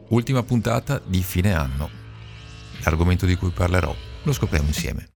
Ultima puntata di fine anno. L'argomento di cui parlerò lo scopriamo insieme.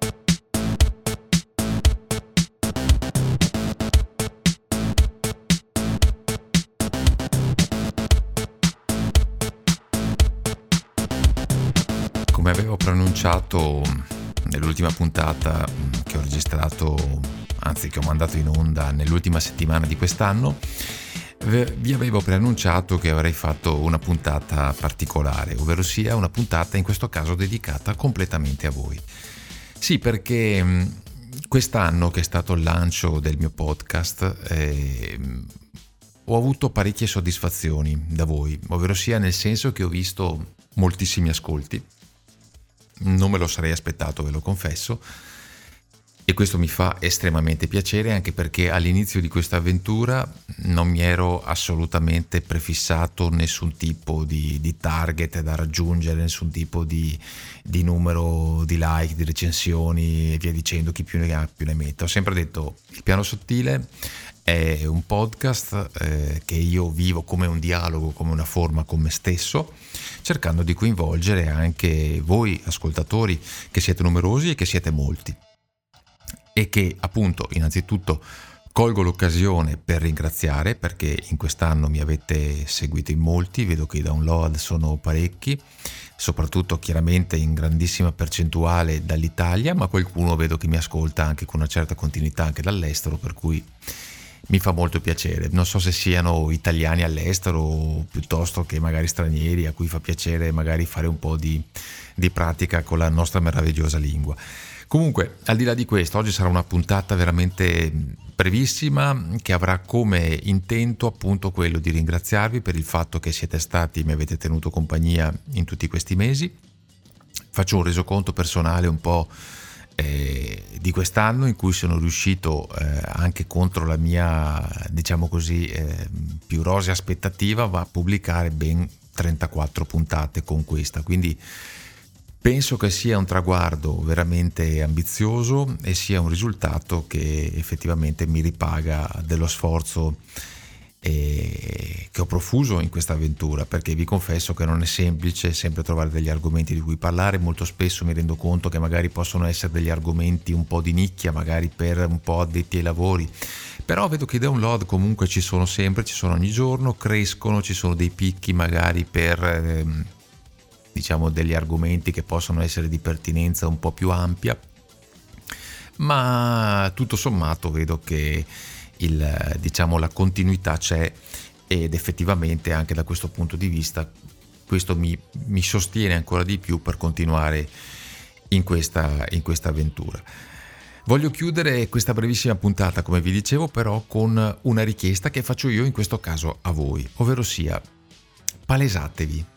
Come avevo preannunciato nell'ultima puntata che ho registrato, anzi che ho mandato in onda nell'ultima settimana di quest'anno, vi avevo preannunciato che avrei fatto una puntata particolare, ovvero sia una puntata in questo caso dedicata completamente a voi. Sì, perché quest'anno, che è stato il lancio del mio podcast, ho avuto parecchie soddisfazioni da voi, ovvero sia nel senso che ho visto moltissimi ascolti. Non me lo sarei aspettato, ve lo confesso, e questo mi fa estremamente piacere, anche perché all'inizio di questa avventura non mi ero assolutamente prefissato nessun tipo di target da raggiungere, nessun tipo di numero di like, di recensioni e via dicendo, chi più ne ha più ne metta. Ho sempre detto: il piano sottile è un podcast che io vivo come un dialogo, come una forma con me stesso, cercando di coinvolgere anche voi ascoltatori, che siete numerosi e che siete molti, e che appunto innanzitutto colgo l'occasione per ringraziare, perché in quest'anno mi avete seguito in molti, vedo che i download sono parecchi, soprattutto chiaramente in grandissima percentuale dall'Italia, ma qualcuno vedo che mi ascolta anche con una certa continuità anche dall'estero, per cui mi fa molto piacere. Non so se siano italiani all'estero o piuttosto che magari stranieri a cui fa piacere magari fare un po' di pratica con la nostra meravigliosa lingua. Comunque, al di là di questo, oggi sarà una puntata veramente brevissima che avrà come intento appunto quello di ringraziarvi per il fatto che siete stati, mi avete tenuto compagnia in tutti questi mesi. Faccio un resoconto personale un po' di quest'anno, in cui sono riuscito anche contro la mia, diciamo così, più rosea aspettativa, a pubblicare ben 34 puntate con questa, quindi penso che sia un traguardo veramente ambizioso e sia un risultato che effettivamente mi ripaga dello sforzo che ho profuso in questa avventura, perché vi confesso che non è semplice sempre trovare degli argomenti di cui parlare. Molto spesso mi rendo conto che magari possono essere degli argomenti un po' di nicchia, magari per un po' addetti ai lavori, però vedo che i download comunque ci sono sempre, ci sono ogni giorno, crescono, ci sono dei picchi magari per diciamo degli argomenti che possono essere di pertinenza un po' più ampia, ma tutto sommato vedo che la continuità c'è, ed effettivamente anche da questo punto di vista questo mi sostiene ancora di più per continuare in questa avventura. Voglio chiudere questa brevissima puntata, come vi dicevo, però con una richiesta che faccio io in questo caso a voi, ovvero sia: palesatevi.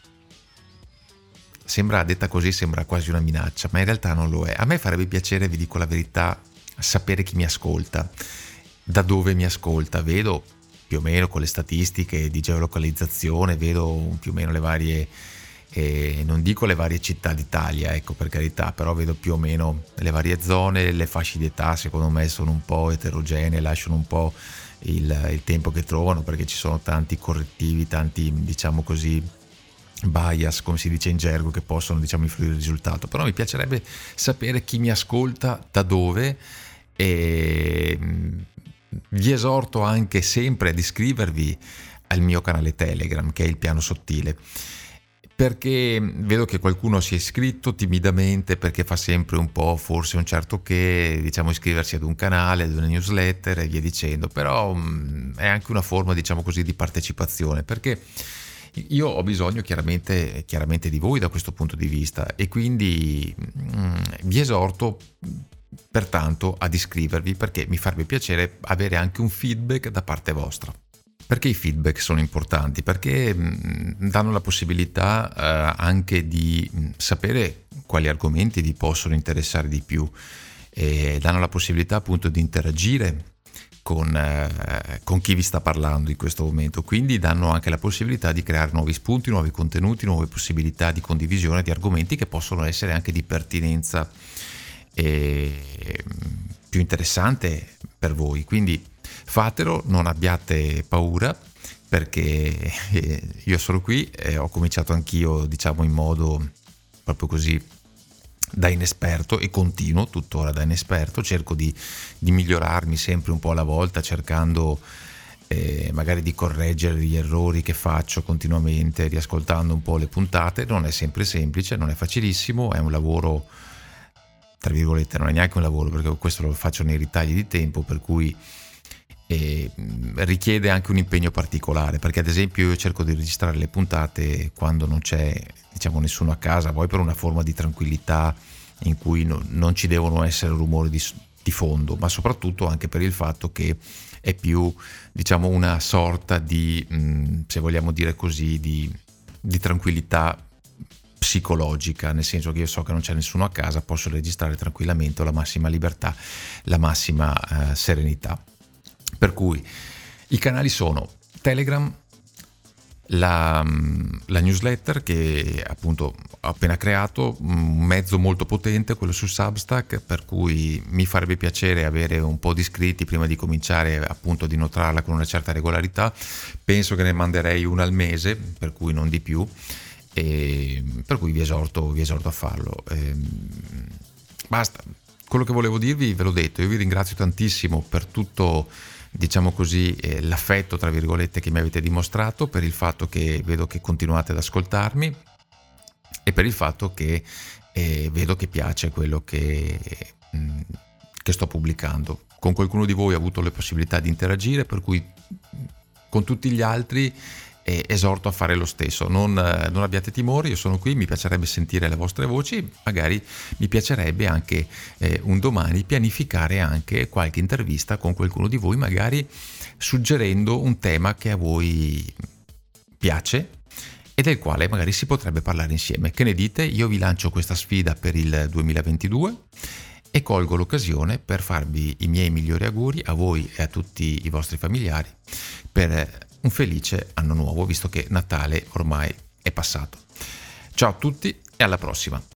Sembra, detta così, sembra quasi una minaccia, ma in realtà non lo è. A me farebbe piacere, vi dico la verità, sapere chi mi ascolta, da dove mi ascolta. Vedo più o meno con le statistiche di geolocalizzazione, vedo più o meno le varie, non dico le varie città d'Italia, ecco, per carità, però vedo più o meno le varie zone. Le fasce di età secondo me sono un po' eterogenee, lasciano un po' il tempo che trovano, perché ci sono tanti correttivi, tanti, diciamo così, bias, come si dice in gergo, che possono, diciamo, influire il risultato. Però mi piacerebbe sapere chi mi ascolta, da dove, e vi esorto anche sempre ad iscrivervi al mio canale Telegram, che è il piano sottile, perché vedo che qualcuno si è iscritto timidamente, perché fa sempre un po' forse un certo che, diciamo, iscriversi ad un canale, ad una newsletter e via dicendo, però è anche una forma, diciamo così, di partecipazione, perché io ho bisogno chiaramente di voi da questo punto di vista, e quindi vi esorto pertanto ad iscrivervi, perché mi farebbe piacere avere anche un feedback da parte vostra. Perché i feedback sono importanti? Perché danno la possibilità anche di sapere quali argomenti vi possono interessare di più, e danno la possibilità appunto di interagire con chi vi sta parlando in questo momento, quindi danno anche la possibilità di creare nuovi spunti, nuovi contenuti, nuove possibilità di condivisione di argomenti che possono essere anche di pertinenza più interessante per voi. Quindi Fatelo, non abbiate paura, perché io sono qui e ho cominciato anch'io, diciamo, in modo proprio così da inesperto, e continuo tuttora da inesperto. Cerco di migliorarmi sempre un po' alla volta, cercando magari di correggere gli errori che faccio continuamente, riascoltando un po' le puntate. Non è sempre semplice, non è facilissimo, è un lavoro, tra virgolette, non è neanche un lavoro, perché questo lo faccio nei ritagli di tempo, per cui richiede anche un impegno particolare, perché ad esempio io cerco di registrare le puntate quando non c'è, diciamo, nessuno a casa, poi per una forma di tranquillità in cui non ci devono essere rumori di fondo, ma soprattutto anche per il fatto che è più, diciamo, una sorta di, se vogliamo dire così, di tranquillità psicologica, nel senso che io so che non c'è nessuno a casa, posso registrare tranquillamente, ho la massima libertà, la massima serenità. Per cui i canali sono Telegram, la newsletter che appunto ho appena creato, un mezzo molto potente, quello su Substack, per cui mi farebbe piacere avere un po' di iscritti prima di cominciare appunto ad inoltrarla con una certa regolarità. Penso che ne manderei una al mese, per cui non di più, e per cui vi esorto a farlo. Basta, quello che volevo dirvi ve l'ho detto. Io vi ringrazio tantissimo per tutto, diciamo così, l'affetto, tra virgolette, che mi avete dimostrato, per il fatto che vedo che continuate ad ascoltarmi e per il fatto che vedo che piace quello che sto pubblicando. Con qualcuno di voi ho avuto le possibilità di interagire, per cui con tutti gli altri esorto a fare lo stesso. Non abbiate timore, io sono qui, mi piacerebbe sentire le vostre voci, magari mi piacerebbe anche un domani pianificare anche qualche intervista con qualcuno di voi, magari suggerendo un tema che a voi piace e del quale magari si potrebbe parlare insieme. Che ne dite? Io vi lancio questa sfida per il 2022 e colgo l'occasione per farvi i miei migliori auguri a voi e a tutti i vostri familiari per un felice anno nuovo, visto che Natale ormai è passato. Ciao a tutti e alla prossima.